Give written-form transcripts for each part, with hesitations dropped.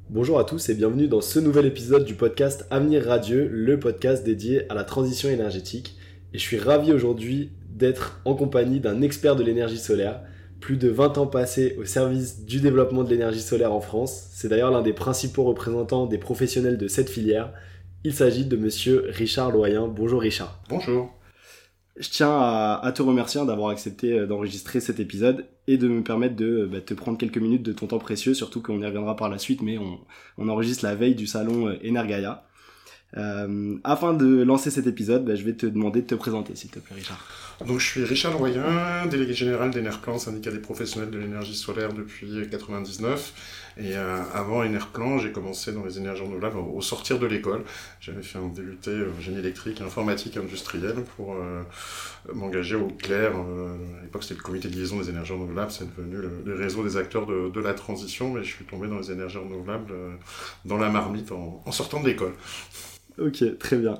Bonjour à tous et bienvenue dans ce nouvel épisode du podcast Avenir Radieux, le podcast dédié à la transition énergétique. Et je suis ravi aujourd'hui d'être en compagnie d'un expert de l'énergie solaire. Plus de 20 ans passés au service du développement de l'énergie solaire en France. C'est d'ailleurs l'un des principaux représentants des professionnels de cette filière. Il s'agit de monsieur Richard Loyen. Bonjour Richard. Bonjour. Je tiens à te remercier d'avoir accepté d'enregistrer cet épisode et de me permettre de te prendre quelques minutes de ton temps précieux, surtout qu'on y reviendra par la suite, mais on enregistre la veille du salon Energaia. Afin de lancer cet épisode, je vais te demander de te présenter, s'il te plaît, Richard. Donc, je suis Richard Loyen, délégué général d'Enerplan, syndicat des professionnels de l'énergie solaire depuis 1999. Et avant Enerplan, j'ai commencé dans les énergies renouvelables au sortir de l'école. J'avais fait un DUT génie électrique et informatique industrielle pour m'engager au CLER. À l'époque, c'était le comité de liaison des énergies renouvelables. C'est devenu le réseau des acteurs de la transition. Mais je suis tombé dans les énergies renouvelables dans la marmite en sortant de l'école. Ok, très bien.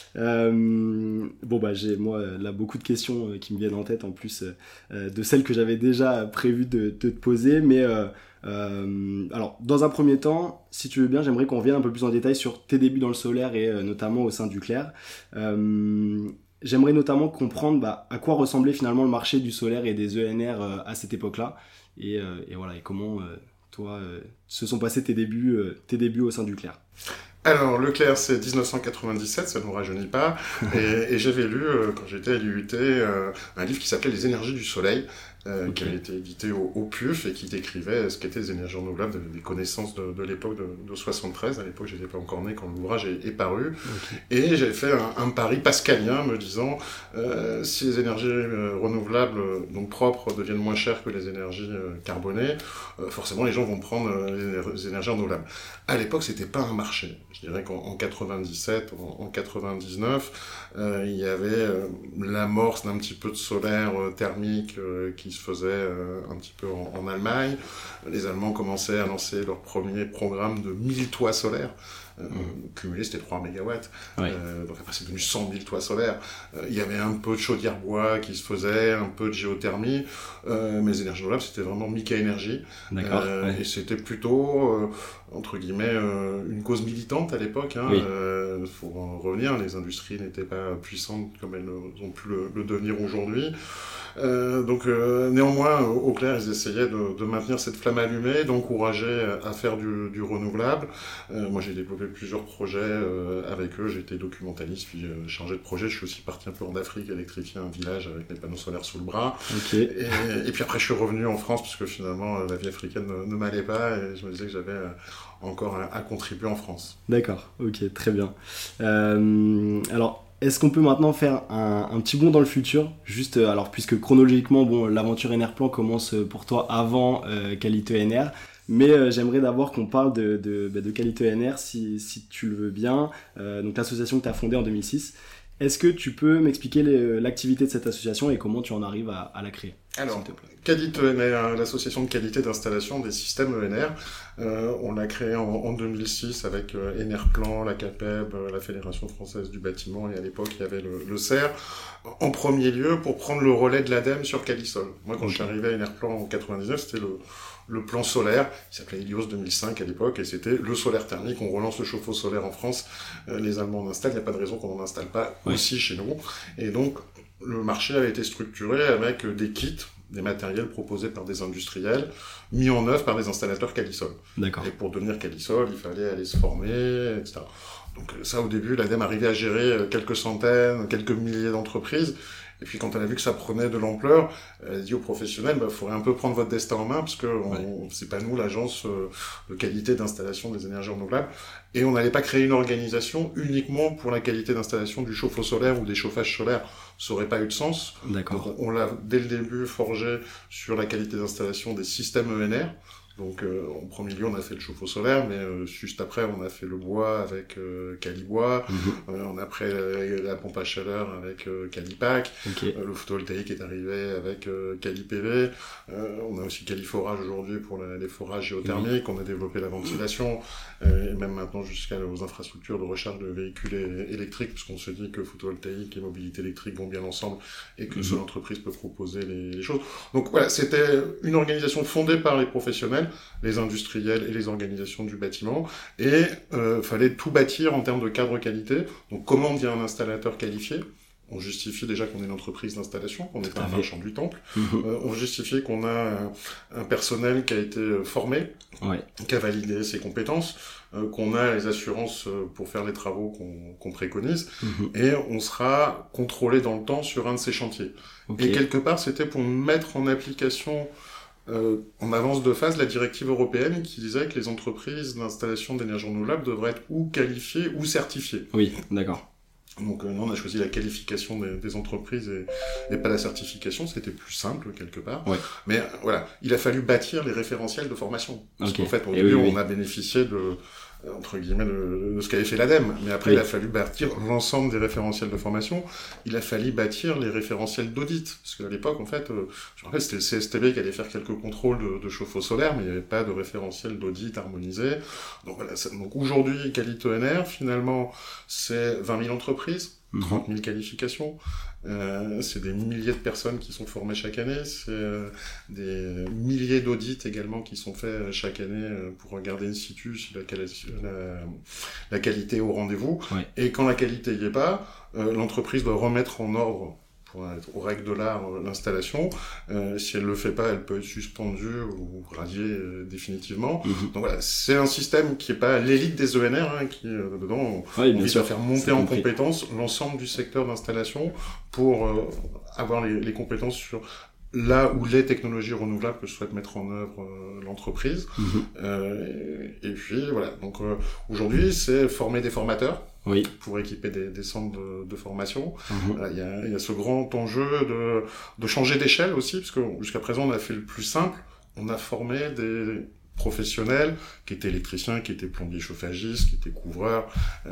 J'ai là beaucoup de questions qui me viennent en tête en plus de celles que j'avais déjà prévu de te poser, mais alors dans un premier temps, si tu veux bien, j'aimerais qu'on revienne un peu plus en détail sur tes débuts dans le solaire et notamment au sein du CLER. J'aimerais notamment comprendre à quoi ressemblait finalement le marché du solaire et des ENR à cette époque-là et comment toi se sont passés tes débuts au sein du CLER. Alors, le CLER, c'est 1997, ça ne nous rajeunit pas, et j'avais lu, quand j'étais à l'IUT, un livre qui s'appelait « Les énergies du soleil », qui avait été édité au PUF, et qui décrivait ce qu'étaient les énergies renouvelables, des connaissances de l'époque de 73, à l'époque j'étais pas encore né quand l'ouvrage est paru, et j'avais fait un pari pascalien, me disant, si les énergies renouvelables, donc propres, deviennent moins chères que les énergies carbonées, forcément les gens vont prendre les énergies renouvelables. À l'époque, c'était pas un marché. Je dirais qu'en 97, en 99, il y avait l'amorce d'un petit peu de solaire thermique qui se faisait un petit peu en Allemagne. Les Allemands commençaient à lancer leur premier programme de 1000 toits solaires. Cumulé, c'était 3 mégawatts. Ouais. Donc après, c'est devenu 100 000 toits solaires. Il y avait un peu de chaudière bois qui se faisait, un peu de géothermie. Mais les énergies renouvelables, c'était vraiment Mica Énergie. D'accord. Et c'était plutôt, entre guillemets, une cause militante à l'époque. Oui. Faut en revenir, les industries n'étaient pas puissantes comme elles ont pu le devenir aujourd'hui. Néanmoins, au CLER, ils essayaient de maintenir cette flamme allumée, d'encourager à faire du renouvelable. Moi, j'ai développé plusieurs projets avec eux. J'ai été documentaliste, puis chargé de projet. Je suis aussi parti un peu en Afrique, électrifier un village avec mes panneaux solaires sous le bras. Okay. Et puis après, je suis revenu en France, parce que finalement, la vie africaine ne m'allait pas, et je me disais que j'avais encore à contribuer en France. D'accord, ok, très bien. Alors, est-ce qu'on peut maintenant faire un petit bond dans le futur, juste puisque chronologiquement, l'aventure Enerplan commence pour toi avant Qualité ENR, mais j'aimerais d'abord qu'on parle de Qualité ENR, si tu le veux bien, donc l'association que tu as fondée en 2006. Est-ce que tu peux m'expliquer l'activité de cette association et comment tu en arrives à la créer ? Alors, Qualité ENR, l'association de qualité d'installation des systèmes ENR, on l'a créée en 2006 avec Enerplan, la CAPEB, la Fédération Française du Bâtiment, et à l'époque il y avait le CER, en premier lieu pour prendre le relais de l'ADEME sur Calisol. Moi, quand je suis arrivé à Enerplan en 99, c'était le plan solaire, qui s'appelait Helios 2005 à l'époque, et c'était le solaire thermique. On relance le chauffe-eau solaire en France, les Allemands en installent, il n'y a pas de raison qu'on n'en installe pas aussi chez nous. Et donc, le marché avait été structuré avec des kits, des matériels proposés par des industriels, mis en œuvre par des installateurs Calisol. D'accord. Et pour devenir Calisol, il fallait aller se former, etc. Donc ça, au début, l'ADEME arrivait à gérer quelques centaines, quelques milliers d'entreprises. Et puis quand elle a vu que ça prenait de l'ampleur, elle a dit aux professionnels, faudrait un peu prendre votre destin en main, parce que c'est pas nous l'agence de qualité d'installation des énergies renouvelables. Et on n'allait pas créer une organisation uniquement pour la qualité d'installation du chauffe-eau solaire ou des chauffages solaires. Ça aurait pas eu de sens. D'accord. Donc, on l'a dès le début forgé sur la qualité d'installation des systèmes ENR. Donc en premier lieu on a fait le chauffe-eau solaire, mais juste après on a fait le bois avec Calibois, on a après la pompe à chaleur avec Calipac, le photovoltaïque est arrivé avec CaliPV, on a aussi Califorage aujourd'hui pour les forages géothermiques, on a développé la ventilation, et même maintenant jusqu'aux infrastructures de recharge de véhicules électriques, parce qu'on se dit que photovoltaïque et mobilité électrique vont bien ensemble, et qu'une seule entreprise peut proposer les choses. Donc voilà, c'était une organisation fondée par les professionnels, professionnels, les industriels et les organisations du bâtiment, et fallait tout bâtir en termes de cadre qualité. Donc comment on devient un installateur qualifié? On justifie déjà qu'on est une entreprise d'installation, qu'on n'est pas un marchand du temple. On justifie qu'on a un personnel qui a été formé, qui a validé ses compétences, qu'on a les assurances pour faire les travaux qu'on préconise, et on sera contrôlé dans le temps sur un de ces chantiers. Et quelque part, c'était pour mettre en application en avance de phase la directive européenne qui disait que les entreprises d'installation d'énergie renouvelable devraient être ou qualifiées ou certifiées. Oui, d'accord. Donc nous, on a choisi la qualification des entreprises et pas la certification, c'était plus simple quelque part. Mais voilà, il a fallu bâtir les référentiels de formation. Parce qu'en fait, au début, on a bénéficié entre guillemets, de ce qu'avait fait l'ADEME. Mais après, il a fallu bâtir l'ensemble des référentiels de formation. Il a fallu bâtir les référentiels d'audit. Parce qu'à l'époque, en fait, je me rappelle, c'était le CSTB qui allait faire quelques contrôles de chauffe-eau solaire, mais il n'y avait pas de référentiel d'audit harmonisé. Donc voilà, donc aujourd'hui, Qualito NR, finalement, c'est 20 000 entreprises, 30 000 qualifications. C'est des milliers de personnes qui sont formées chaque année, c'est des milliers d'audits également qui sont faits chaque année pour regarder in situ si la qualité est au rendez-vous. Et quand la qualité n'y est pas, l'entreprise doit remettre en ordre pour être aux règles de l'art l'installation. Si elle le fait pas, elle peut être suspendue ou radiée définitivement. Donc voilà, c'est un système qui est pas l'élite des ENR, qui dedans on vise à faire monter en compétences l'ensemble du secteur d'installation pour avoir les compétences sur là où les technologies renouvelables que souhaite mettre en œuvre l'entreprise. Et puis voilà, donc aujourd'hui c'est former des formateurs pour équiper des centres de formation. Il y a ce grand enjeu de changer d'échelle aussi, parce que jusqu'à présent on a fait le plus simple, on a formé des professionnels qui étaient électriciens, qui étaient plombiers chauffagistes, qui étaient couvreurs,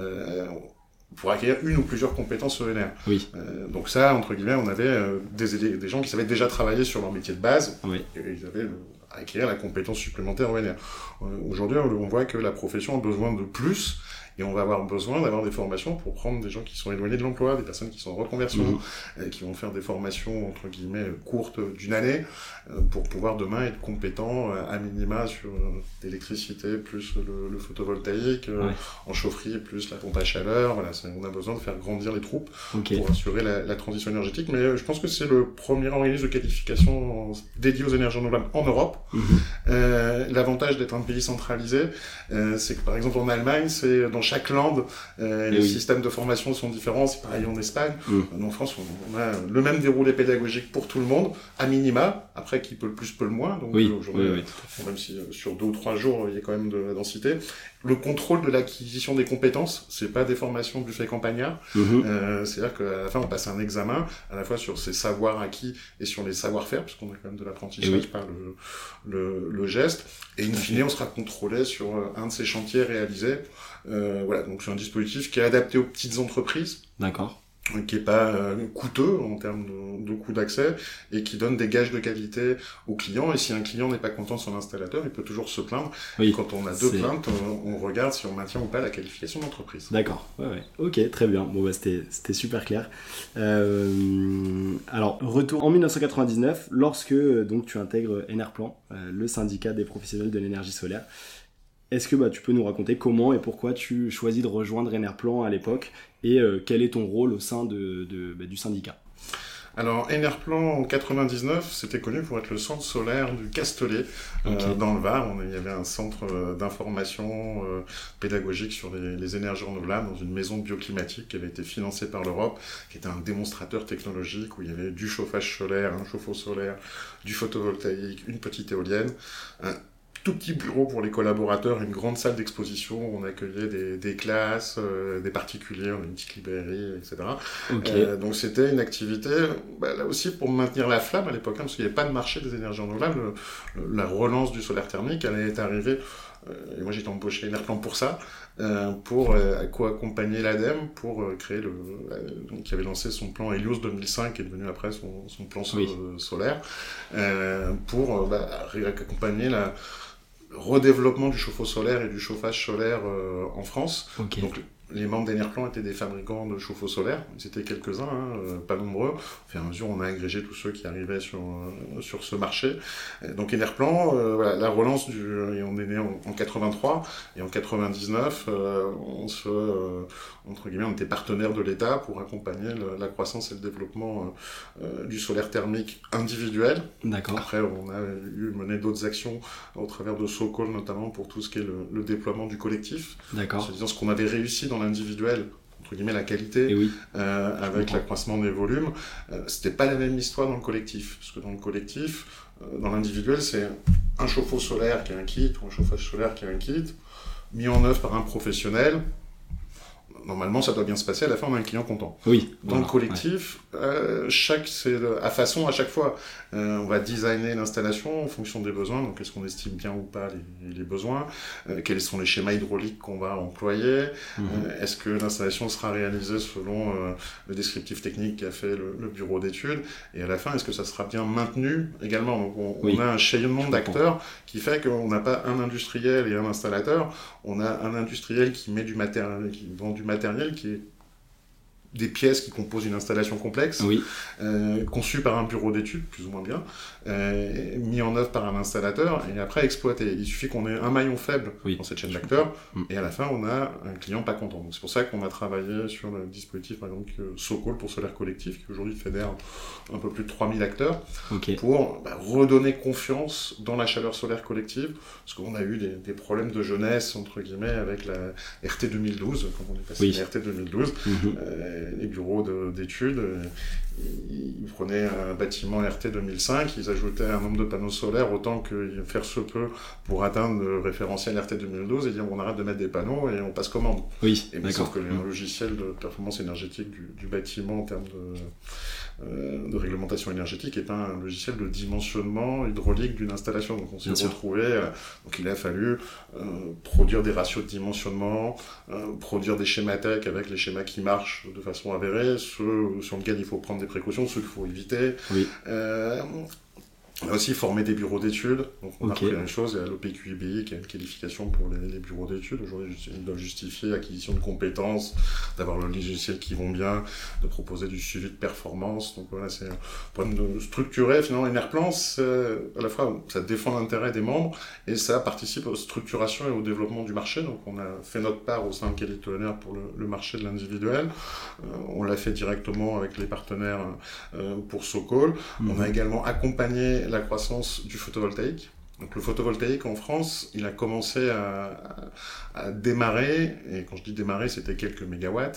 pour acquérir une ou plusieurs compétences ENR. Donc ça, entre guillemets, on avait des gens qui savaient déjà travailler sur leur métier de base, et ils avaient à acquérir la compétence supplémentaire ENR. Aujourd'hui, on voit que la profession a besoin de plus, et on va avoir besoin d'avoir des formations pour prendre des gens qui sont éloignés de l'emploi, des personnes qui sont en reconversion, qui vont faire des formations, entre guillemets, courtes d'une année, pour pouvoir demain être compétents à minima sur l'électricité, plus le photovoltaïque, en chaufferie, plus la pompe à chaleur. Voilà, on a besoin de faire grandir les troupes pour assurer la transition énergétique. Mais je pense que c'est le premier organisme de qualification dédié aux énergies renouvelables en Europe. L'avantage d'être un pays centralisé, c'est que par exemple en Allemagne, c'est dans chaque land, les systèmes de formation sont différents, c'est pareil en Espagne. En France, on a le même déroulé pédagogique pour tout le monde, à minima, après qui peut le plus, peut le moins, donc aujourd'hui, même si sur 2 ou 3 jours, il y a quand même de la densité. Le contrôle de l'acquisition des compétences, c'est pas des formations buffet campagnard, c'est-à-dire qu'à la fin, on passe un examen, à la fois sur ses savoirs acquis et sur les savoir-faire, parce qu'on a quand même de l'apprentissage par le geste, et in fine, on sera contrôlé sur un de ces chantiers réalisés. Voilà, donc c'est un dispositif qui est adapté aux petites entreprises. Qui est pas coûteux en termes de coût d'accès et qui donne des gages de qualité aux clients. Et si un client n'est pas content de son installateur, il peut toujours se plaindre. Et quand on a 2 plaintes, on regarde si on maintient ou pas la qualification d'entreprise. Ok, très bien. Bon, c'était super clair. Alors, retour en 1999, lorsque donc tu intègres Enerplan, le syndicat des professionnels de l'énergie solaire. Est-ce que tu peux nous raconter comment et pourquoi tu choisis de rejoindre Enerplan à l'époque et quel est ton rôle au sein du syndicat? Alors, Enerplan, en 99, c'était connu pour être le centre solaire du Castellet, dans le Var. Il y avait un centre d'information pédagogique sur les énergies renouvelables dans une maison bioclimatique qui avait été financée par l'Europe, qui était un démonstrateur technologique où il y avait du chauffage solaire, un chauffe-eau solaire, du photovoltaïque, une petite éolienne, tout petit bureau pour les collaborateurs, une grande salle d'exposition où on accueillait des classes, des particuliers, on avait une petite librairie, etc. Donc c'était une activité, là aussi pour maintenir la flamme à l'époque, parce qu'il n'y avait pas de marché des énergies renouvelables. La relance du solaire thermique, elle est arrivée, et moi j'étais embauché à Enerplan pour ça, pour co-accompagner l'ADEME pour créer qui avait lancé son plan Helios 2005 qui est devenu après son plan solaire, pour accompagner le redéveloppement du chauffe-eau solaire et du chauffage solaire en France. Donc les membres d'Enerplan étaient des fabricants de chauffe-eau solaires. C'était quelques-uns, pas nombreux. Au fur et à mesure, on a agrégé tous ceux qui arrivaient sur ce marché. Donc Enerplan, voilà, la relance on est né en 83 et en 99, entre guillemets, on était partenaire de l'État pour accompagner la croissance et le développement du solaire thermique individuel. D'accord. Après, on a mené d'autres actions au travers de Sokol, notamment pour tout ce qui est le déploiement du collectif. D'accord. En se disant ce qu'on avait réussi dans l'individuel, entre guillemets la qualité, oui. avec l'accroissement des volumes, c'était pas la même histoire dans le collectif. Parce que dans le collectif, dans l'individuel, c'est un chauffe-eau solaire qui a un kit, ou un chauffage solaire qui a un kit, mis en œuvre par un professionnel. Normalement, ça doit bien se passer. À la fin, on a un client content. Oui. Dans le collectif, c'est à façon à chaque fois. On va designer l'installation en fonction des besoins. Donc, est-ce qu'on estime bien ou pas les besoins? Quels sont les schémas hydrauliques qu'on va employer? Est-ce que l'installation sera réalisée selon le descriptif technique qu'a fait le bureau d'études? Et à la fin, est-ce que ça sera bien maintenu également? Donc, on a un chainement d'acteurs qui fait qu'on n'a pas un industriel et un installateur. On a un industriel qui met du matériel, qui vend du matériel qui est des pièces qui composent une installation complexe, conçue par un bureau d'études, plus ou moins bien, mis en œuvre par un installateur, et après exploité. Il suffit qu'on ait un maillon faible dans cette chaîne d'acteurs, et à la fin, on a un client pas content. Donc, c'est pour ça qu'on a travaillé sur le dispositif, par exemple, Sokol pour Solaire Collectif, qui aujourd'hui fédère un peu plus de 3000 acteurs, pour redonner confiance dans la chaleur solaire collective, parce qu'on a eu des problèmes de jeunesse, entre guillemets, avec la RT 2012, quand on est passé à la RT 2012, les bureaux d'études, ils prenaient un bâtiment RT 2005, ils ajoutaient un nombre de panneaux solaires autant que faire se peut pour atteindre le référentiel RT 2012 et dire on arrête de mettre des panneaux et on passe commande. Sauf que le logiciel de performance énergétique du bâtiment en termes de réglementation énergétique est un logiciel de dimensionnement hydraulique d'une installation. Donc on s'est retrouvé, donc il a fallu produire des ratios de dimensionnement, produire des schémas tech avec les schémas qui marchent de façon avérée, ceux sur lesquels il faut prendre des précautions, ceux qu'il faut éviter. On a aussi formé des bureaux d'études, donc on a repris la même chose, il y a l'OPQIBI qui a une qualification pour les bureaux d'études. Aujourd'hui, ils doivent justifier l'acquisition de compétences, d'avoir le logiciel qui vont bien, de proposer du suivi de performance. Donc voilà, c'est un point de structurer. Finalement, Enerplan, à la fois, ça défend l'intérêt des membres et ça participe aux structurations et au développement du marché. Donc on a fait notre part au sein de Qualité Tonnerre pour le marché de l'individuel. On l'a fait directement avec les partenaires pour Sokol. On a également accompagné la croissance du photovoltaïque. Donc le photovoltaïque en France, il a commencé à démarrer, et quand je dis démarrer, c'était quelques mégawatts,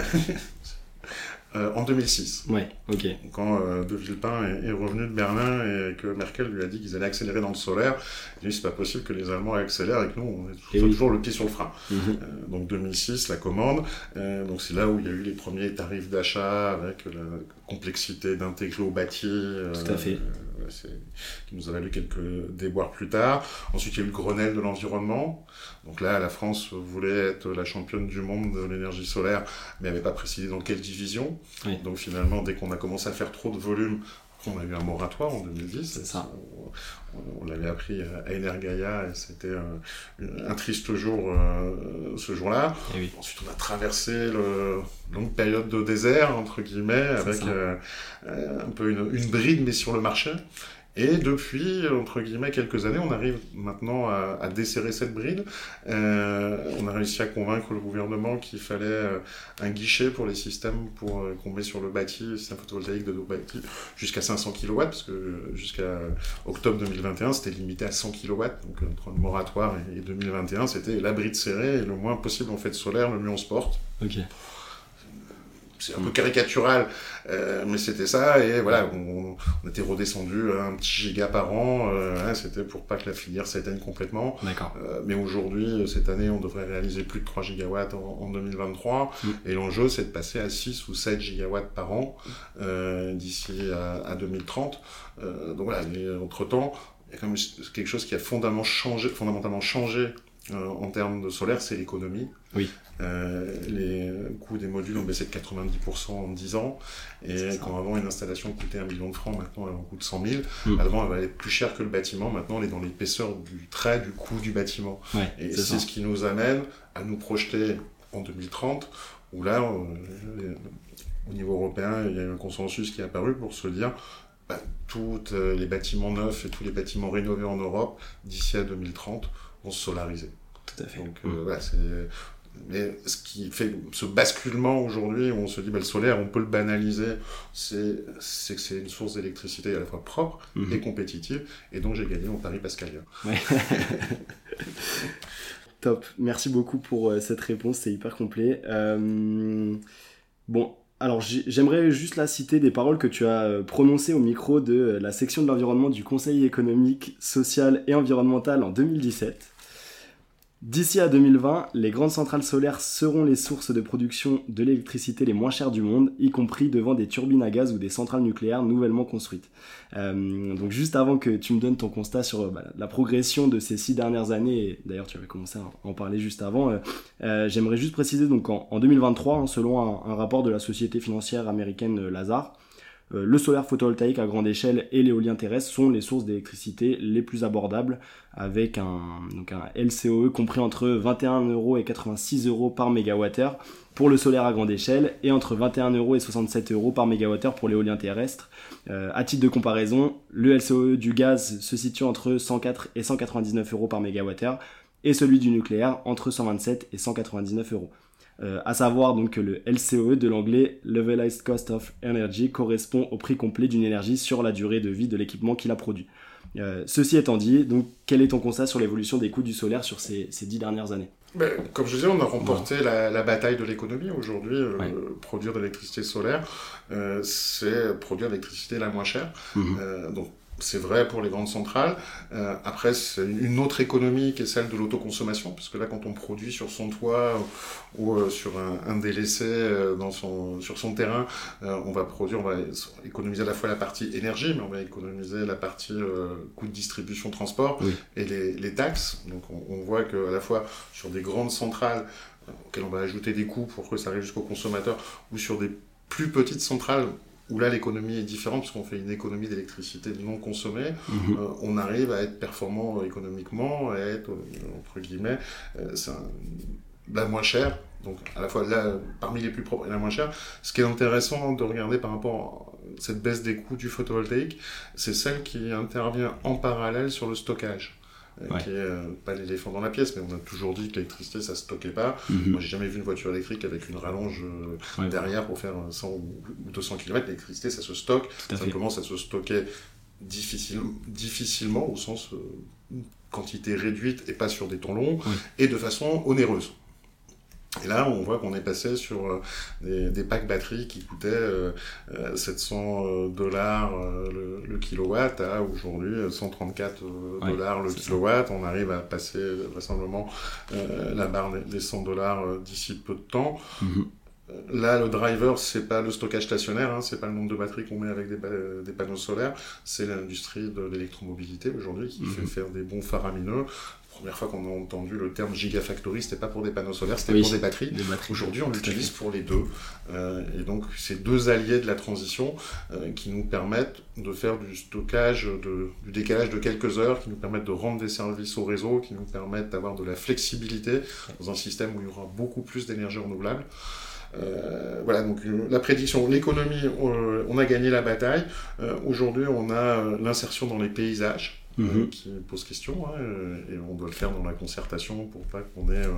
en 2006. Quand De Villepin est revenu de Berlin et que Merkel lui a dit qu'ils allaient accélérer dans le solaire, il a dit c'est pas possible que les Allemands accélèrent et que nous on est toujours le pied sur le frein. Donc 2006, la commande, donc c'est là où il y a eu les premiers tarifs d'achat avec la complexité d'intégrer au bâti. Tout à fait. Qui nous a valu quelques déboires plus tard. Ensuite, il y a eu le Grenelle de l'environnement. Donc là, la France voulait être la championne du monde de l'énergie solaire, mais n'avait pas précisé dans quelle division. Donc finalement, dès qu'on a commencé à faire trop de volume, on a eu un moratoire en 2010. On l'avait appris à Energaia et c'était un triste jour ce jour-là. Ensuite, on a traversé longue période de désert, entre guillemets, avec un peu une bride, mais sur le marché. Et depuis, entre guillemets, quelques années, on arrive maintenant à desserrer cette bride. On a réussi à convaincre le gouvernement qu'il fallait un guichet pour les systèmes qu'on met sur le bâti, système photovoltaïque de nos bâtis, jusqu'à 500 kW, parce que jusqu'à octobre 2021, c'était limité à 100 kW. Donc entre le moratoire et 2021, c'était la bride serrée, et le moins possible on fait de solaire, le mieux on se porte. C'est un peu caricatural, mais c'était ça, et voilà, on était redescendu à un petit giga par an, c'était pour pas que la filière s'éteigne complètement. Mais aujourd'hui, cette année, on devrait réaliser plus de 3 gigawatts en 2023, et l'enjeu, c'est de passer à 6 ou 7 gigawatts par an d'ici à 2030. Donc voilà, entre-temps, il y a quand même quelque chose qui a fondamentalement changé en termes de solaire, c'est l'économie. Les coûts des modules ont baissé de 90% en 10 ans, et quand avant une installation coûtait 1 million de francs, maintenant elle en coûte 100 000. Avant elle valait plus cher que le bâtiment, maintenant elle est dans l'épaisseur du trait du coût du bâtiment. Et c'est ce qui nous amène à nous projeter en 2030, où là, au niveau européen, il y a eu un consensus qui est apparu pour se dire tous les bâtiments neufs et tous les bâtiments rénovés en Europe, d'ici à 2030, vont se solariser. Tout à fait. Donc, voilà, mais ce qui fait ce basculement aujourd'hui, où on se dit le solaire, on peut le banaliser, c'est que c'est une source d'électricité à la fois propre et compétitive, et donc j'ai gagné mon pari pascalien. Ouais. Top, merci beaucoup pour cette réponse, c'est hyper complet. Bon, alors j'aimerais juste là citer des paroles que tu as prononcées au micro de la section de l'environnement du Conseil économique, social et environnemental en 2017. D'ici à 2020, les grandes centrales solaires seront les sources de production de l'électricité les moins chères du monde, y compris devant des turbines à gaz ou des centrales nucléaires nouvellement construites. Donc juste avant que tu me donnes ton constat sur la progression de ces 6 dernières années, et d'ailleurs tu avais commencé à en parler juste avant, j'aimerais juste préciser donc en 2023, selon un rapport de la société financière américaine Lazard, le solaire photovoltaïque à grande échelle et l'éolien terrestre sont les sources d'électricité les plus abordables, avec un LCOE compris entre 21 € et 86 € par mégawattheure pour le solaire à grande échelle et entre 21 € et 67 € par mégawattheure pour l'éolien terrestre. À titre de comparaison, le LCOE du gaz se situe entre 104 et 199 € par mégawattheure et celui du nucléaire entre 127 et 199 €. À savoir donc que le LCOE de l'anglais Levelized Cost of Energy correspond au prix complet d'une énergie sur la durée de vie de l'équipement qui la produit. Ceci étant dit, donc, quel est ton constat sur l'évolution des coûts du solaire sur ces 10 dernières années ? Comme je disais, on a remporté la bataille de l'économie. Aujourd'hui, produire de l'électricité solaire, c'est produire de l'électricité la moins chère. Donc, c'est vrai pour les grandes centrales. Après, c'est une autre économie qui est celle de l'autoconsommation, parce que là, quand on produit sur son toit ou sur un délaissé sur son terrain, on va économiser à la fois la partie énergie, mais on va économiser la partie coût de distribution, transport et les taxes. Donc, on voit qu'à la fois sur des grandes centrales auxquelles on va ajouter des coûts pour que ça arrive jusqu'au consommateur, ou sur des plus petites centrales où là l'économie est différente parce qu'on fait une économie d'électricité non consommée, on arrive à être performant économiquement, à être, entre guillemets, la moins chère, donc à la fois là, parmi les plus propres et la moins chère. Ce qui est intéressant de regarder par rapport à cette baisse des coûts du photovoltaïque, c'est celle qui intervient en parallèle sur le stockage. Qui est pas l'éléphant dans la pièce, mais on a toujours dit que l'électricité ça stockait pas. Moi j'ai jamais vu une voiture électrique avec une rallonge derrière pour faire 100 ou 200 km. L'électricité ça se stocke, simplement ça se stockait difficilement, au sens quantité réduite et pas sur des temps longs, et de façon onéreuse. Et là, on voit qu'on est passé sur des packs batteries qui coûtaient $700 le kilowatt à aujourd'hui $134 le kilowatt. On arrive à passer vraisemblablement la barre des $100 d'ici peu de temps. Là, le driver, c'est pas le stockage stationnaire, c'est pas le nombre de batteries qu'on met avec des panneaux solaires, c'est l'industrie de l'électromobilité aujourd'hui qui fait faire des bons faramineux. Première fois qu'on a entendu le terme gigafactory, c'était pas pour des panneaux solaires, c'était pour des batteries. Aujourd'hui, on l'utilise pour les deux. Et donc, c'est deux alliés de la transition qui nous permettent de faire du stockage, du décalage de quelques heures, qui nous permettent de rendre des services au réseau, qui nous permettent d'avoir de la flexibilité dans un système où il y aura beaucoup plus d'énergie renouvelable. Voilà, donc la prédiction, l'économie, on a gagné la bataille. Aujourd'hui, on a l'insertion dans les paysages. Qui pose question, et on doit le faire dans la concertation pour pas qu'on ait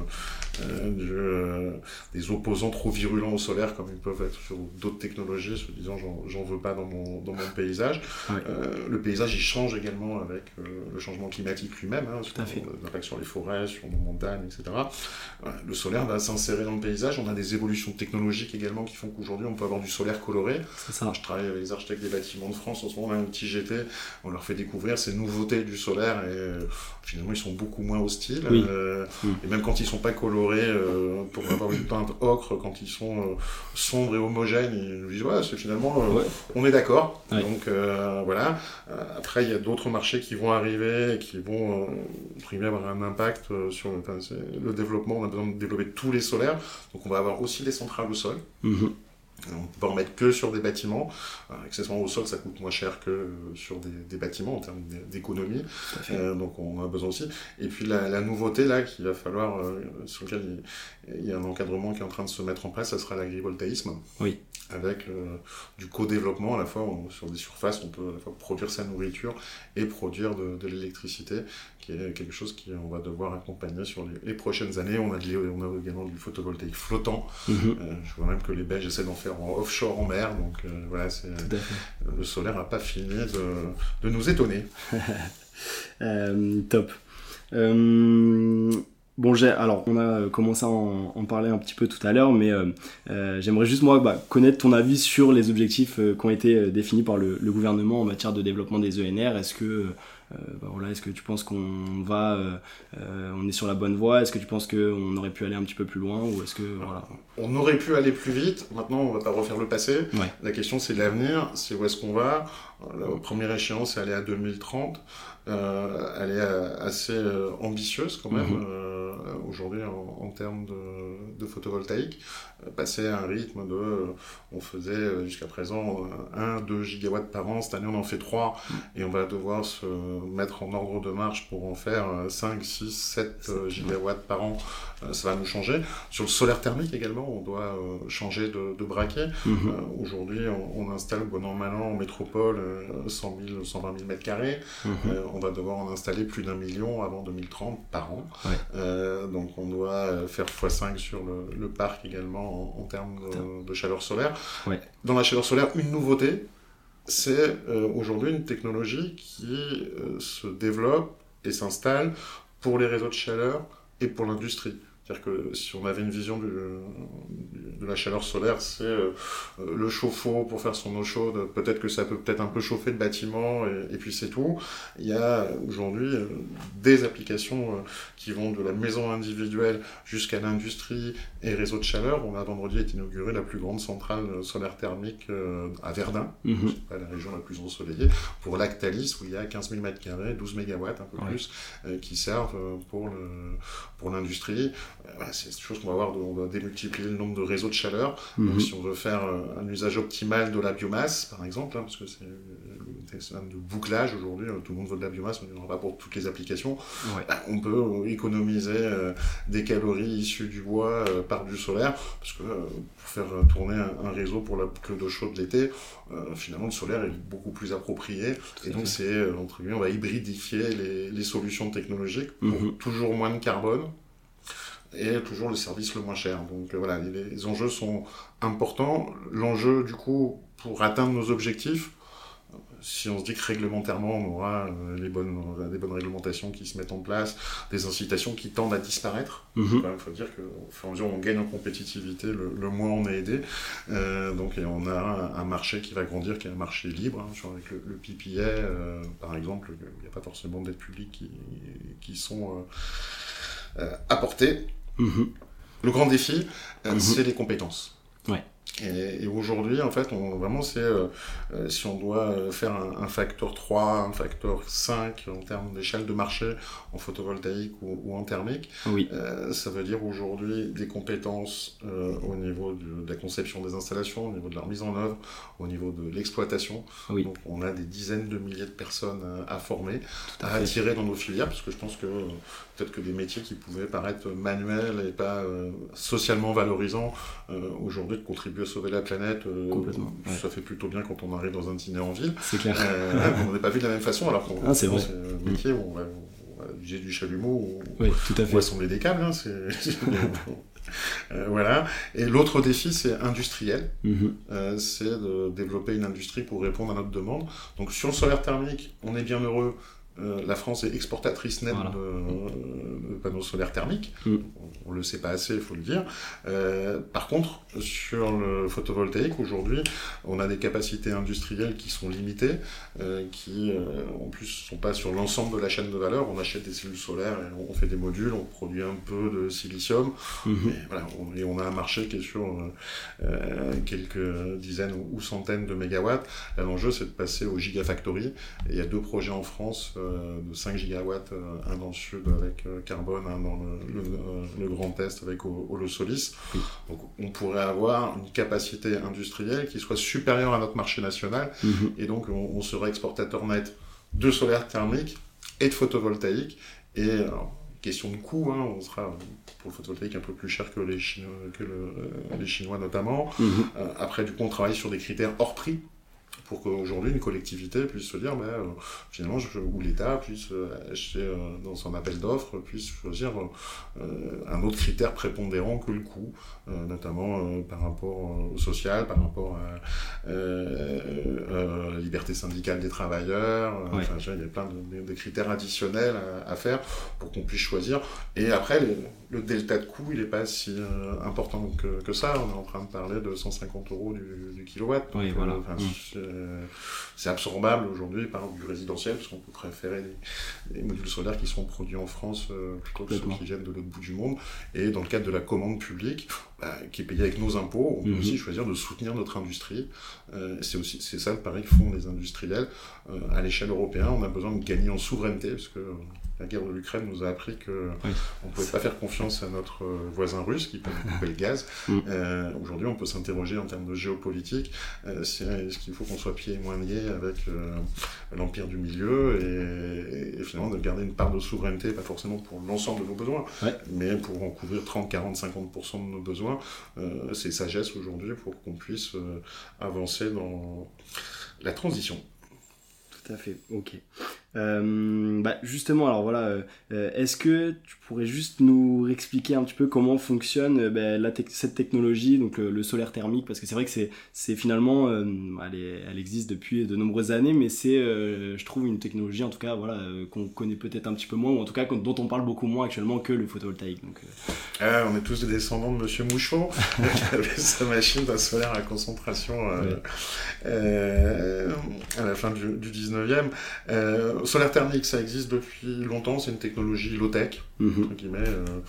des opposants trop virulents au solaire comme ils peuvent être sur d'autres technologies, se disant j'en veux pas dans mon paysage. Le paysage il change également avec le changement climatique lui-même, l'impact sur les forêts, sur nos montagnes, etc. Le solaire va s'insérer dans le paysage. On a des évolutions technologiques également qui font qu'aujourd'hui on peut avoir du solaire coloré. C'est ça. Je travaille avec les architectes des bâtiments de France, en ce moment on a un petit GT, on leur fait découvrir ces nouveautés du solaire et finalement ils sont beaucoup moins hostiles et même quand ils sont pas colorés pour avoir une teinte ocre, quand ils sont sombres et homogènes, ils nous disent c'est finalement on est d'accord. Donc voilà. Après il y a d'autres marchés qui vont arriver et qui vont avoir un impact sur le développement. On a besoin de développer tous les solaires, donc on va avoir aussi des centrales au sol. On ne peut pas en mettre que sur des bâtiments. Accessoirement au sol, ça coûte moins cher que sur des bâtiments en termes d'économie. Donc on a besoin aussi. Et puis la nouveauté là qu'il va falloir, sur lequel il y a un encadrement qui est en train de se mettre en place, ça sera l'agrivoltaïsme. Oui. Avec du co-développement, à la fois sur des surfaces, on peut à la fois produire sa nourriture et produire de l'électricité, qui est quelque chose qu'on va devoir accompagner sur les prochaines années. On a également du photovoltaïque flottant. Je vois même que les Belges essaient d'en faire en offshore en mer, donc voilà, le solaire n'a pas fini de nous étonner. Top. Bon, alors on a commencé à en parler un petit peu tout à l'heure, mais j'aimerais juste moi connaître ton avis sur les objectifs qui ont été définis par le gouvernement en matière de développement des ENR. Est-ce que est-ce que tu penses qu'on est sur la bonne voie? Est-ce que tu penses qu'on aurait pu aller un petit peu plus loin, ou est-ce que voilà... On aurait pu aller plus vite. Maintenant, on va pas refaire le passé. Ouais. La question, c'est l'avenir, c'est où est-ce qu'on va. La première échéance, elle est à 2030. Elle est assez ambitieuse quand même aujourd'hui en termes de photovoltaïque. Passer à un rythme on faisait jusqu'à présent 1-2 gigawatts par an. Cette année, on en fait 3 et on va devoir se mettre en ordre de marche pour en faire 5, 6, 7 gigawatts par an. Ça va nous changer. Sur le solaire thermique également, on doit changer de braquet. Aujourd'hui, on installe bon an mal an en métropole 100 000, 120 000 mètres carrés. On va devoir en installer plus d'1 million avant 2030 par an. Donc on doit faire x5 sur le parc également en termes de chaleur solaire. Dans la chaleur solaire, une nouveauté, c'est aujourd'hui une technologie qui se développe et s'installe pour les réseaux de chaleur et pour l'industrie. C'est-à-dire que si on avait une vision de la chaleur solaire, c'est le chauffe-eau pour faire son eau chaude, peut-être que ça peut un peu chauffer le bâtiment, et puis c'est tout. Il y a aujourd'hui des applications qui vont de la maison individuelle jusqu'à l'industrie et réseau de chaleur. On a vendredi été inauguré la plus grande centrale solaire thermique à Verdun, c'est pas la région la plus ensoleillée, pour Lactalis, où il y a 15 000 m², 12 MW, un peu plus, qui servent pour l'industrie. C'est une chose qu'on va voir, on va démultiplier le nombre de réseaux de chaleur. Donc si on veut faire un usage optimal de la biomasse, par exemple, parce que c'est un de bouclage aujourd'hui, tout le monde veut de la biomasse, on n'en aura pas pour toutes les applications. On peut économiser des calories issues du bois par du solaire, parce que pour faire tourner un réseau pour que d'eau chaude l'été, finalement le solaire est beaucoup plus approprié. Et donc c'est, entre guillemets, on va hybridifier les solutions technologiques pour toujours moins de carbone et toujours le service le moins cher. Donc voilà, les enjeux sont importants. L'enjeu, du coup, pour atteindre nos objectifs, si on se dit que réglementairement, on aura des bonnes réglementations qui se mettent en place, des incitations qui tendent à disparaître. Il faut dire qu'au fur et à mesure où on gagne en compétitivité, le moins on est aidé. Donc et on a un marché qui va grandir, qui est un marché libre. Avec le PPA, par exemple, il n'y a pas forcément d'aides publiques qui sont apportées. Le grand défi, c'est les compétences. Et aujourd'hui, en fait, vraiment, c'est si on doit faire un facteur 3, un facteur 5 en termes d'échelle de marché en photovoltaïque ou en thermique, ça veut dire aujourd'hui des compétences au niveau de la conception des installations, au niveau de leur mise en œuvre, au niveau de l'exploitation. Donc, on a des dizaines de milliers de personnes à former, à attirer dans nos filières, parce que je pense que peut-être que des métiers qui pouvaient paraître manuels et pas socialement valorisants, aujourd'hui, de contribuer à sauver la planète, ça fait plutôt bien quand on arrive dans un dîner en ville. C'est clair. On n'est pas vu de la même façon, alors qu'on c'est vrai. un métier où on va utiliser du chalumeau, tout à fait. On va assembler des câbles. Voilà. Et l'autre défi, c'est industriel. C'est de développer une industrie pour répondre à notre demande. Donc sur le solaire thermique, on est bien heureux. La France est exportatrice nette de panneaux solaires thermiques. On ne le sait pas assez, il faut le dire. Par contre, sur le photovoltaïque, aujourd'hui, on a des capacités industrielles qui sont limitées, qui en plus ne sont pas sur l'ensemble de la chaîne de valeur. On achète des cellules solaires, et on fait des modules, on produit un peu de silicium. Mais voilà, on a un marché qui est sur quelques dizaines ou centaines de mégawatts. Là, l'enjeu, c'est de passer au Gigafactory. Et il y a 2 projets en France de 5 gigawatts, un dans le sud avec Carbone, un dans le Grand Grand Est avec Holosolis. Oui. Donc on pourrait avoir une capacité industrielle qui soit supérieure à notre marché national, et donc on serait exportateur net de solaire thermique et de photovoltaïque. Et alors, question de coût, hein, on sera pour le photovoltaïque un peu plus cher que les Chinois notamment. Après, du coup, on travaille sur des critères hors prix pour qu'aujourd'hui une collectivité puisse se dire, finalement, ou l'État puisse acheter dans son appel d'offres, puisse choisir un autre critère prépondérant que le coût, notamment par rapport au social, par rapport à la liberté syndicale des travailleurs. Ouais. Enfin, il y a plein de critères additionnels à faire pour qu'on puisse choisir. Et après, le delta de coût, il n'est pas si important que ça. On est en train de parler de 150 € du kilowatt. Oui, voilà. C'est absorbable aujourd'hui par du résidentiel, parce qu'on peut préférer les modules solaires qui sont produits en France plutôt que ceux qui viennent de l'autre bout du monde. Et dans le cadre de la commande publique, qui est payée avec nos impôts, on peut aussi choisir de soutenir notre industrie. C'est ça le pari que font les industriels. À l'échelle européenne, on a besoin de gagner en souveraineté, parce que la guerre de l'Ukraine nous a appris qu'on ne pouvait pas faire confiance à notre voisin russe qui peut nous couper le gaz. Aujourd'hui, on peut s'interroger en termes de géopolitique. Est-ce qu'il faut qu'on soit pieds et moins liés avec l'Empire du Milieu et finalement de garder une part de souveraineté, pas forcément pour l'ensemble de nos besoins, mais pour en couvrir 30, 40, 50% de nos besoins. C'est sagesse aujourd'hui pour qu'on puisse avancer dans la transition. Tout à fait, ok. Justement, alors voilà, est-ce que tu pourrais juste nous expliquer un petit peu comment fonctionne cette technologie, donc le solaire thermique, parce que c'est vrai que c'est finalement, elle existe depuis de nombreuses années, mais c'est, je trouve, une technologie, en tout cas, voilà, qu'on connaît peut-être un petit peu moins, ou en tout cas dont on parle beaucoup moins actuellement que le photovoltaïque. Donc, on est tous des descendants de Monsieur Mouchon, qui avait sa machine d'un solaire à concentration à la fin du 19e. Solaire thermique, ça existe depuis longtemps, c'est une technologie low-tech, entre guillemets.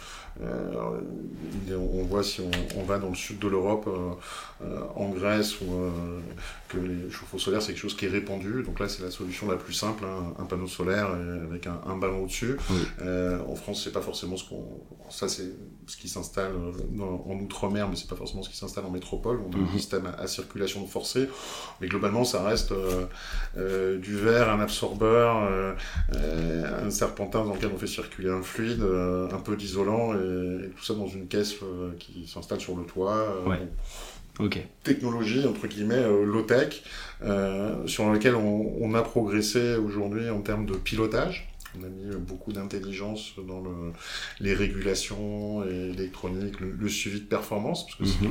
On voit si on va dans le sud de l'Europe, en Grèce, que les chauffe-eau solaires, c'est quelque chose qui est répandu. Donc là, c'est la solution la plus simple, hein, un panneau solaire avec un ballon au-dessus. En France, c'est pas forcément ça, c'est ce qui s'installe en Outre-mer, mais c'est pas forcément ce qui s'installe en métropole. On a un système à circulation forcée, mais globalement, ça reste du verre, un absorbeur, un serpentin dans lequel on fait circuler un fluide, un peu d'isolant, et tout ça dans une caisse qui s'installe sur le toit. Technologie, entre guillemets, low-tech, sur laquelle on a progressé aujourd'hui en termes de pilotage. On a mis beaucoup d'intelligence dans les régulations et l'électronique, le suivi de performance, parce que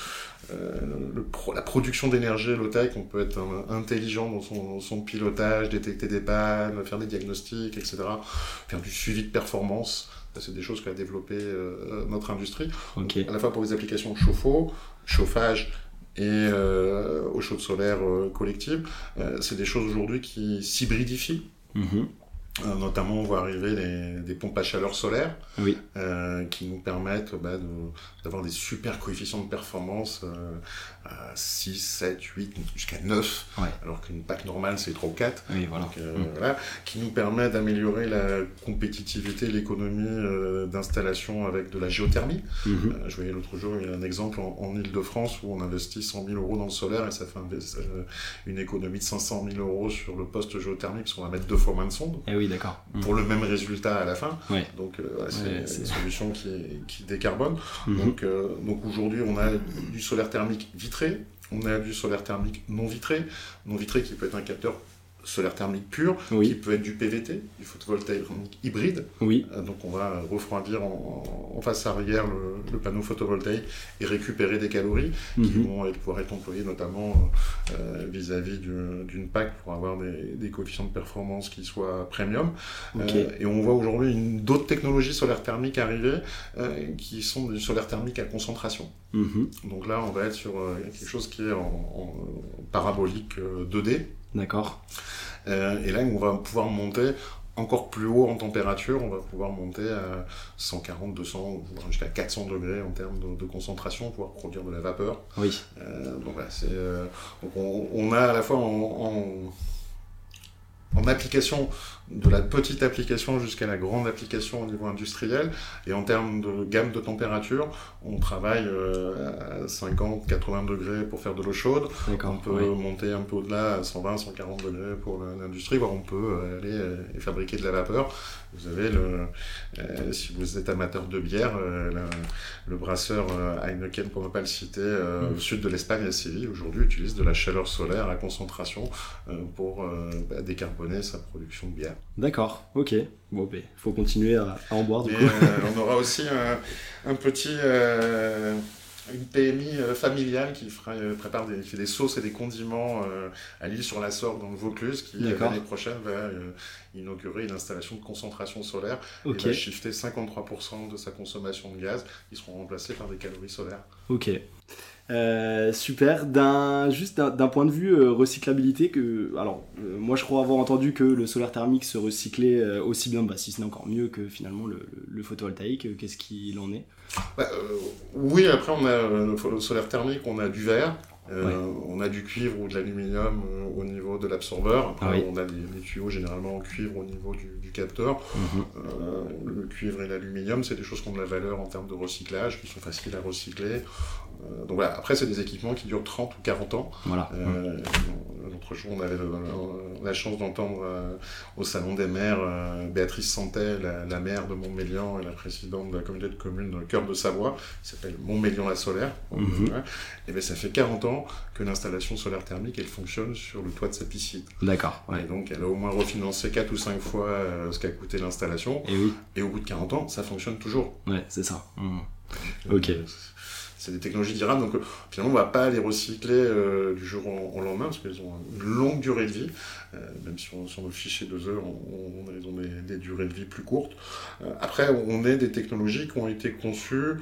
la production d'énergie low-tech, on peut être intelligent dans son pilotage, détecter des pannes, faire des diagnostics, etc., faire du suivi de performance. C'est des choses qu'a développé notre industrie, à la fois pour les applications chauffe-eau, chauffage et eau chaude solaire collective. C'est des choses aujourd'hui qui s'hybridifient. Notamment, on voit arriver des pompes à chaleur solaire qui nous permettent d'avoir des super coefficients de performance à 6, 7, 8, jusqu'à 9, alors qu'une PAC normale, c'est 3 ou 4. Donc, qui nous permet d'améliorer la compétitivité, l'économie d'installation avec de la géothermie. Je voyais l'autre jour, il y a un exemple en Ile-de-France où on investit 100 000 € dans le solaire et ça fait une économie de 500 000 € sur le poste géothermique, parce qu'on va mettre 2 fois moins de sondes. D'accord. Pour le même résultat à la fin. Donc c'est une solution qui décarbone. Donc aujourd'hui, on a du solaire thermique vitré, on a du solaire thermique non vitré qui peut être un capteur solaire thermique pur, qui peut être du PVT, du photovoltaïque hybride. Donc on va refroidir en face arrière le panneau photovoltaïque et récupérer des calories qui vont pouvoir être employées notamment vis-à-vis d'une PAC pour avoir des coefficients de performance qui soient premium. Et on voit aujourd'hui d'autres technologies solaires thermiques arriver qui sont du solaire thermique à concentration. Donc là, on va être sur quelque chose qui est en parabolique 2D. D'accord. Et là, on va pouvoir monter encore plus haut en température, on va pouvoir monter à 140, 200, voire jusqu'à 400 degrés en termes de concentration, pouvoir produire de la vapeur. Donc voilà, donc on a à la fois en application, de la petite application jusqu'à la grande application au niveau industriel. Et en termes de gamme de température, on travaille à 50, 80 degrés pour faire de l'eau chaude. D'accord, On peut monter un peu au-delà à 120, 140 degrés pour l'industrie, voire on peut aller et fabriquer de la vapeur. Vous avez si vous êtes amateur de bière, le brasseur Heineken, pour ne pas le citer, au sud de l'Espagne, à Séville, aujourd'hui utilise de la chaleur solaire à concentration pour décarboner sa production de bière. D'accord, ok. Bon, ben, faut continuer à en boire du coup. On aura aussi un petit... une PMI familiale qui fait des sauces et des condiments à l'Île-sur-la-Sorgue dans le Vaucluse, qui l'année prochaine va inaugurer une installation de concentration solaire et va shifter 53% de sa consommation de gaz qui seront remplacés par des calories solaires. Ok. Super. D'un point de vue recyclabilité, moi je crois avoir entendu que le solaire thermique se recyclait aussi bien, si ce n'est encore mieux que finalement le photovoltaïque. Qu'est-ce qu'il en est ? Oui, après on a le solaire thermique, on a du verre. On a du cuivre ou de l'aluminium au niveau de l'absorbeur. Après, on a des tuyaux généralement en cuivre au niveau du capteur. Le cuivre et l'aluminium, c'est des choses qui ont de la valeur en termes de recyclage, qui sont faciles à recycler. Donc voilà, après, c'est des équipements qui durent 30 ou 40 ans. Voilà. L'autre jour, on avait la chance d'entendre au Salon des maires Béatrice Santet, la maire de Montmélian et la présidente de la communauté de communes Cœur de Savoie, qui s'appelle Montmélian-la-Solaire. Et bien, ça fait 40 ans que l'installation solaire thermique, elle fonctionne sur le toit de sa piscine. D'accord. Et donc, elle a au moins refinancé 4 ou 5 fois ce qu'a coûté l'installation. Et au bout de 40 ans, ça fonctionne toujours. Ouais, c'est ça. Ok. C'est des technologies durables, donc finalement on ne va pas les recycler du jour au lendemain, parce qu'elles ont une longue durée de vie, même si on le fiche chez 2 heures, elles ont des durées de vie plus courtes. Après, on a des technologies qui ont été conçues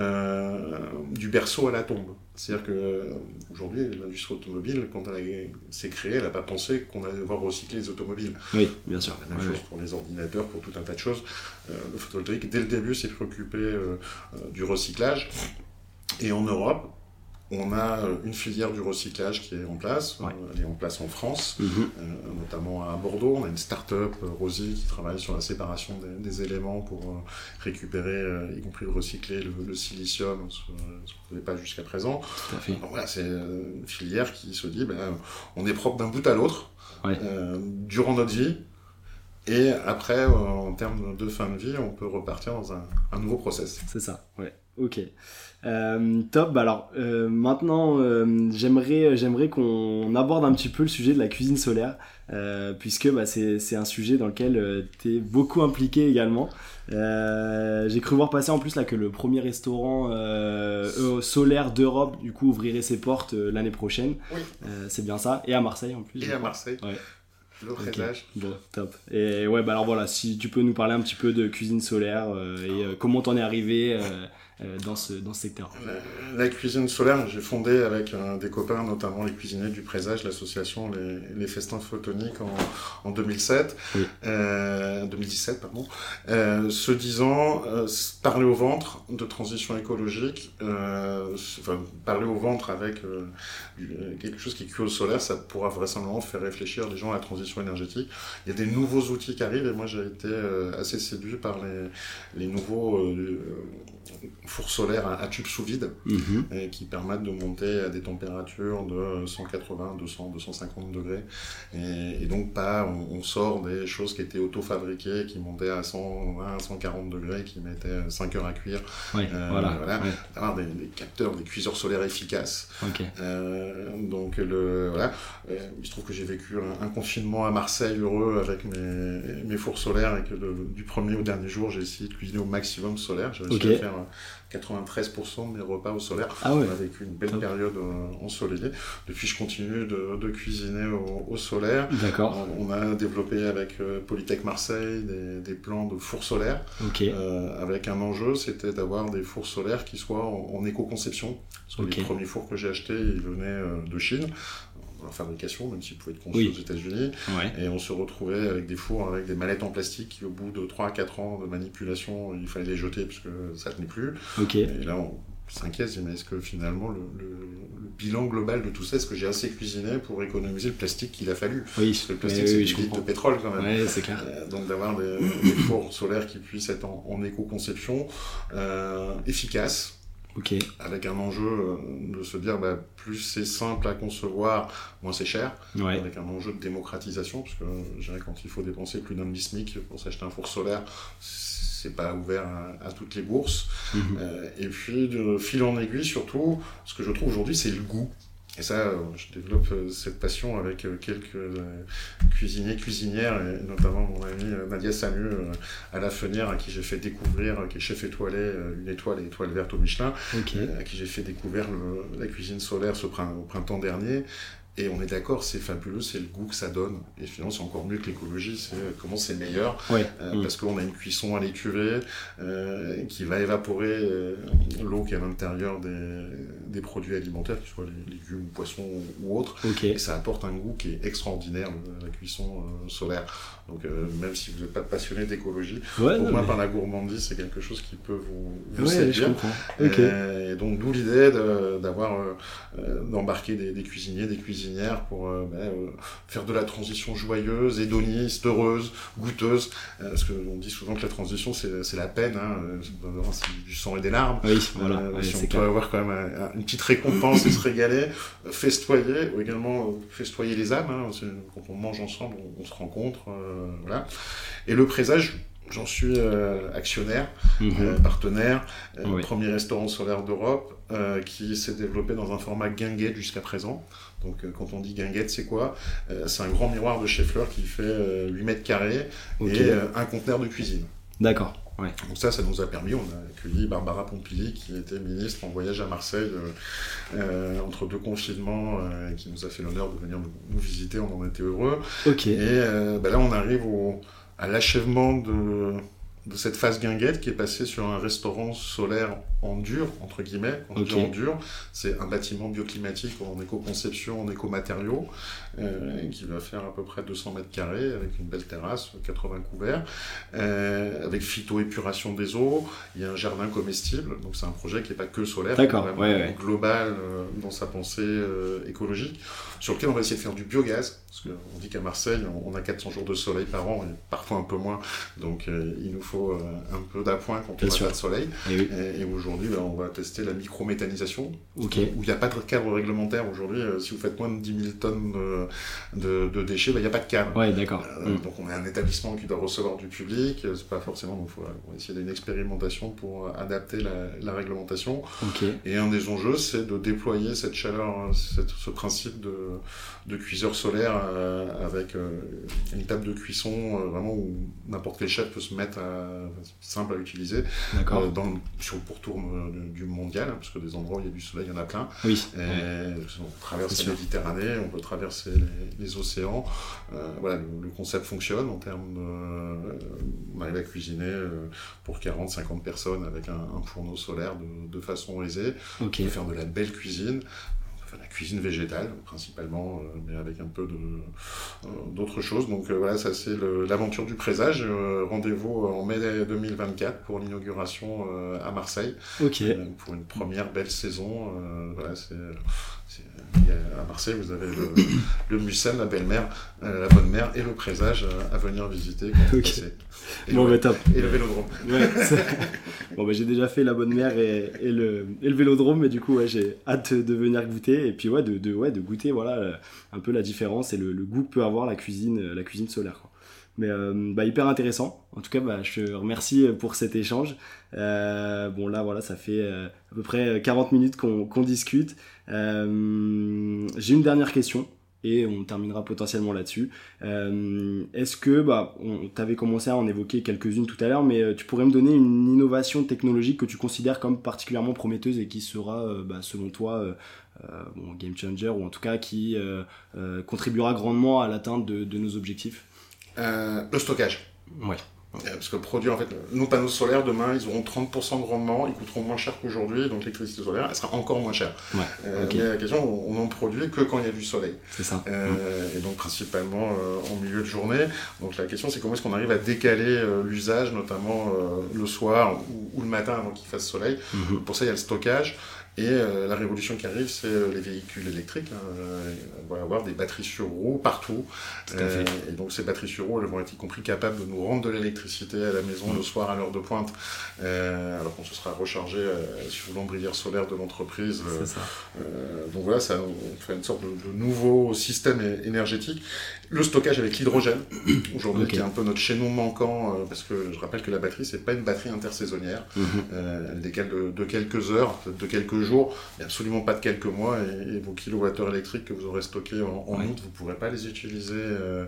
du berceau à la tombe. C'est-à-dire qu'aujourd'hui, l'industrie automobile, quand elle s'est créée, elle n'a pas pensé qu'on allait devoir recycler les automobiles. Oui, bien sûr. La même chose pour les ordinateurs, pour tout un tas de choses. Le photovoltaïque, dès le début, s'est préoccupé du recyclage. Et en Europe, on a une filière du recyclage qui est en place. Elle est en place en France, notamment à Bordeaux. On a une start-up, Rosy, qui travaille sur la séparation des éléments pour récupérer, y compris recycler le silicium, ce qu'on ne faisait pas jusqu'à présent. Tout à fait. Donc voilà, c'est une filière qui se dit, on est propre d'un bout à l'autre, durant notre vie. Et après, en termes de fin de vie, on peut repartir dans un nouveau process. C'est ça, ouais. Ok. Top. Alors maintenant, j'aimerais qu'on aborde un petit peu le sujet de la cuisine solaire, puisque c'est un sujet dans lequel tu es beaucoup impliqué également. J'ai cru voir passer en plus là que le premier restaurant solaire d'Europe du coup ouvrirait ses portes l'année prochaine. Oui. C'est bien ça. Et à Marseille en plus. Et à Marseille. Ouais. Le présage. Bon, top. Et ouais, alors voilà, si tu peux nous parler un petit peu de cuisine solaire et comment t'en es arrivé dans ce secteur. La cuisine solaire, j'ai fondé avec des copains, notamment les cuisiniers du présage, l'association Les Festins Photoniques en 2007. Oui. 2017, pardon. Se disant, parler au ventre de transition écologique, parler au ventre avec quelque chose qui est cuit au solaire, ça pourra vraisemblablement faire réfléchir les gens à la transition énergétique. Il y a des nouveaux outils qui arrivent et moi j'ai été assez séduit par les nouveaux fours solaires à tube sous vide qui permettent de monter à des températures de 180, 200, 250 degrés et donc on sort des choses qui étaient auto-fabriquées, qui montaient à 120, 140 degrés, qui mettaient 5 heures à cuire. Ouais, voilà. D'avoir des capteurs, des cuiseurs solaires efficaces. Okay. Donc il se trouve que j'ai vécu un confinement à Marseille heureux avec mes fours solaires et que du premier au dernier jour j'ai essayé de cuisiner au maximum solaire. J'ai réussi à faire 93% de mes repas au solaire. On a vécu une belle période ensoleillée. Depuis, je continue de cuisiner au solaire. D'accord. On a développé avec Polytech Marseille des plans de fours solaires. Avec un enjeu, c'était d'avoir des fours solaires qui soient en éco-conception. Parce que les premiers fours que j'ai achetés, ils venaient de Chine. En fabrication, même s'ils pouvaient être conçus aux États-Unis. Ouais. Et on se retrouvait avec des fours avec des mallettes en plastique qui, au bout de 3 à 4 ans de manipulation, il fallait les jeter parce que ça tenait plus. Et là, s'inquiète, mais est-ce que finalement le bilan global de tout ça, est-ce que j'ai assez cuisiné pour économiser le plastique qu'il a fallu? Oui, parce que le plastique, c'est des litres de pétrole quand même. Ouais, c'est clair. Donc d'avoir des fours solaires qui puissent être en éco-conception, efficaces, avec un enjeu de se dire plus c'est simple à concevoir, moins c'est cher, avec un enjeu de démocratisation, parce que je dirais quand il faut dépenser plus d'un demi-smic pour s'acheter un four solaire, c'est pas ouvert à toutes les bourses. Et puis de fil en aiguille surtout, ce que je trouve aujourd'hui, c'est le goût. Et ça, je développe cette passion avec quelques cuisiniers, cuisinières, et notamment mon amie Nadia Samu à La Fenière, à qui j'ai fait découvrir, qui est chef étoilé, une étoile verte au Michelin, à qui j'ai fait découvrir la cuisine solaire au printemps dernier. Et on est d'accord, c'est fabuleux, c'est le goût que ça donne. Et finalement, c'est encore mieux que l'écologie, c'est comment c'est meilleur. Parce qu'on a une cuisson à l'étuvée qui va évaporer l'eau qui est à l'intérieur des produits alimentaires, que ce soit les légumes, poissons ou autres. Et ça apporte un goût qui est extraordinaire, la cuisson solaire. Donc même si vous n'êtes pas passionné d'écologie, pour moi, par la gourmandise, c'est quelque chose qui peut vous séduire. Je comprends. Et donc d'où l'idée d'embarquer des cuisiniers, des cuisinières pour faire de la transition joyeuse, hédoniste, heureuse, goûteuse. Parce qu'on dit souvent que la transition, c'est la peine, c'est du sang et des larmes. Si on peut avoir quand même une petite récompense et se régaler, festoyer, ou également festoyer les âmes. Quand on mange ensemble, on se rencontre. Voilà. Et le présage, j'en suis actionnaire, partenaire, premier restaurant solaire d'Europe qui s'est développé dans un format guinguette jusqu'à présent. Donc quand on dit guinguette, c'est quoi? C'est un grand miroir de chez Fleur qui fait 8 mètres carrés et un conteneur de cuisine. D'accord. Donc ça nous a permis, on a accueilli Barbara Pompili qui était ministre en voyage à Marseille entre deux confinements, qui nous a fait l'honneur de venir nous visiter, on en était heureux. Et là on arrive à l'achèvement de cette phase guinguette qui est passée sur un restaurant solaire en dur, entre guillemets. Quand on dit en dur, c'est un bâtiment bioclimatique en éco-conception, en éco-matériaux, qui va faire à peu près 200 mètres carrés, avec une belle terrasse, 80 couverts, avec phytoépuration des eaux. Il y a un jardin comestible, donc c'est un projet qui n'est pas que solaire, qui est vraiment global dans sa pensée écologique, sur lequel on va essayer de faire du biogaz, parce qu'on dit qu'à Marseille, on a 400 jours de soleil par an, et parfois un peu moins, donc il nous faut un peu d'appoint quand on n'a pas de soleil. Et aujourd'hui, on va tester la microméthanisation, où il n'y a pas de cadre réglementaire aujourd'hui. Si vous faites moins de 10 000 tonnes de déchets, il n'y a pas de cadre. Donc on est un établissement qui doit recevoir du public, c'est pas forcément, donc on va essayer d'une expérimentation pour adapter la réglementation. Et un des enjeux, c'est de déployer cette chaleur, ce principe de cuiseur solaire avec une table de cuisson vraiment où n'importe quel chef peut se mettre simple à utiliser sur le pourtour du mondial, parce que des endroits où il y a du soleil, il y en a plein. On traverse la Méditerranée, on peut traverser les océans. Le concept fonctionne en termes on arrive à cuisiner pour 40-50 personnes avec un fourneau solaire de façon aisée. On peut faire de la belle cuisine. La cuisine végétale principalement, mais avec un peu d'autres choses. Donc ça c'est l'aventure du présage. Rendez-vous en mai 2024 pour l'inauguration à Marseille, pour une première belle saison. À Marseille, vous avez le Mucem, la belle-mère, la bonne mère et le présage à venir visiter quand vous passez. Top. Et le vélodrome. J'ai déjà fait la bonne mère et le vélodrome, mais du coup j'ai hâte de venir goûter et puis de goûter un peu la différence et le goût que peut avoir la cuisine solaire, quoi. Mais hyper intéressant. En tout cas, je te remercie pour cet échange. Ça fait à peu près 40 minutes qu'on discute. J'ai une dernière question et on terminera potentiellement là-dessus. Est-ce que, on t'avait commencé à en évoquer quelques-unes tout à l'heure, mais tu pourrais me donner une innovation technologique que tu considères comme particulièrement prometteuse et qui sera, selon toi, game changer, ou en tout cas qui contribuera grandement à l'atteinte de nos objectifs? Le stockage. Parce que produire, en fait, nos panneaux solaires, demain, ils auront 30% de rendement, ils coûteront moins cher qu'aujourd'hui, donc l'électricité solaire, elle sera encore moins chère. Okay. Mais la question, on n'en produit que quand il y a du soleil. C'est ça. Et donc, principalement en milieu de journée. Donc, la question, c'est comment est-ce qu'on arrive à décaler l'usage, notamment le soir ou le matin avant qu'il fasse soleil. Pour ça, il y a le stockage. Et la révolution qui arrive, c'est les véhicules électriques. On va avoir des batteries sur roues partout. Et donc ces batteries sur roues, elles vont être y compris capables de nous rendre de l'électricité à la maison le soir à l'heure de pointe, alors qu'on se sera rechargé sur l'ombrière solaire de l'entreprise. C'est ça. Donc voilà, ça fait une sorte de nouveau système énergétique. Le stockage avec l'hydrogène, aujourd'hui, qui est un peu notre chaînon manquant, parce que je rappelle que la batterie, c'est pas une batterie intersaisonnière. Elle décale de quelques heures, de quelques jours, mais absolument pas de quelques mois, et vos kilowattheures électriques que vous aurez stockés en août, vous ne pourrez pas les utiliser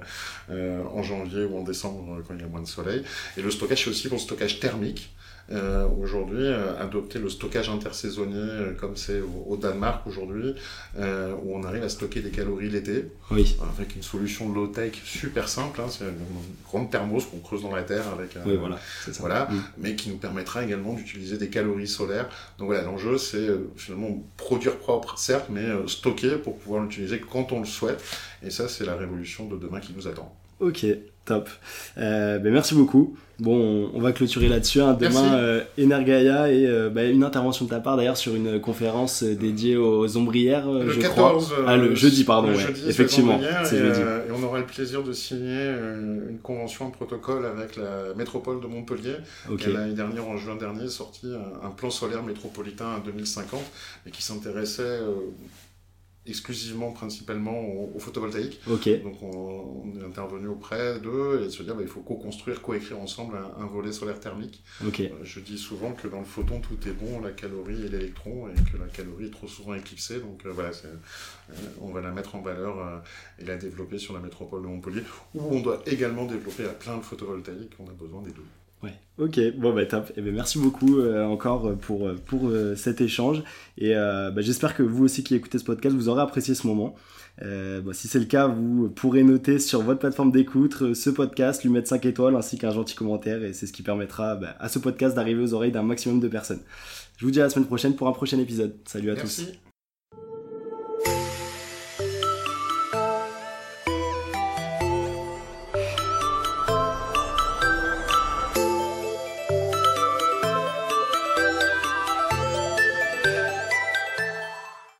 en janvier ou en décembre quand il y a moins de soleil. Et le stockage, c'est aussi pour le stockage thermique. Aujourd'hui, adopter le stockage intersaisonnier comme c'est au Danemark aujourd'hui, où on arrive à stocker des calories l'été, avec une solution low-tech super simple, c'est une grande thermos qu'on creuse dans la terre avec mais qui nous permettra également d'utiliser des calories solaires. Donc voilà, l'enjeu c'est finalement produire propre, certes, mais stocker pour pouvoir l'utiliser quand on le souhaite, et ça c'est la révolution de demain qui nous attend. Ok, top. Merci beaucoup. Bon, on va clôturer là-dessus. Demain, Energaia et une intervention de ta part d'ailleurs sur une conférence dédiée aux ombrières, le je 14, crois. Le jeudi, pardon. Jeudi, effectivement, c'est jeudi. Et on aura le plaisir de signer une convention, un protocole avec la métropole de Montpellier. L'année dernière, en juin dernier, est sorti un plan solaire métropolitain à 2050 et qui s'intéressait exclusivement, principalement au photovoltaïque. Donc on est intervenu auprès d'eux et de se dire il faut co-construire, co-écrire ensemble un volet solaire thermique. Je dis souvent que dans le photon tout est bon, la calorie et l'électron, et que la calorie est trop souvent éclipsée, donc on va la mettre en valeur et la développer sur la métropole de Montpellier, où on doit également développer plein de photovoltaïque, on a besoin des deux. Ouais, ok, top. Merci beaucoup encore pour cet échange, et j'espère que vous aussi qui écoutez ce podcast, vous aurez apprécié ce moment. Si c'est le cas, vous pourrez noter sur votre plateforme d'écoute ce podcast, lui mettre 5 étoiles ainsi qu'un gentil commentaire, et c'est ce qui permettra à ce podcast d'arriver aux oreilles d'un maximum de personnes. Je vous dis à la semaine prochaine pour un prochain épisode. Salut à tous.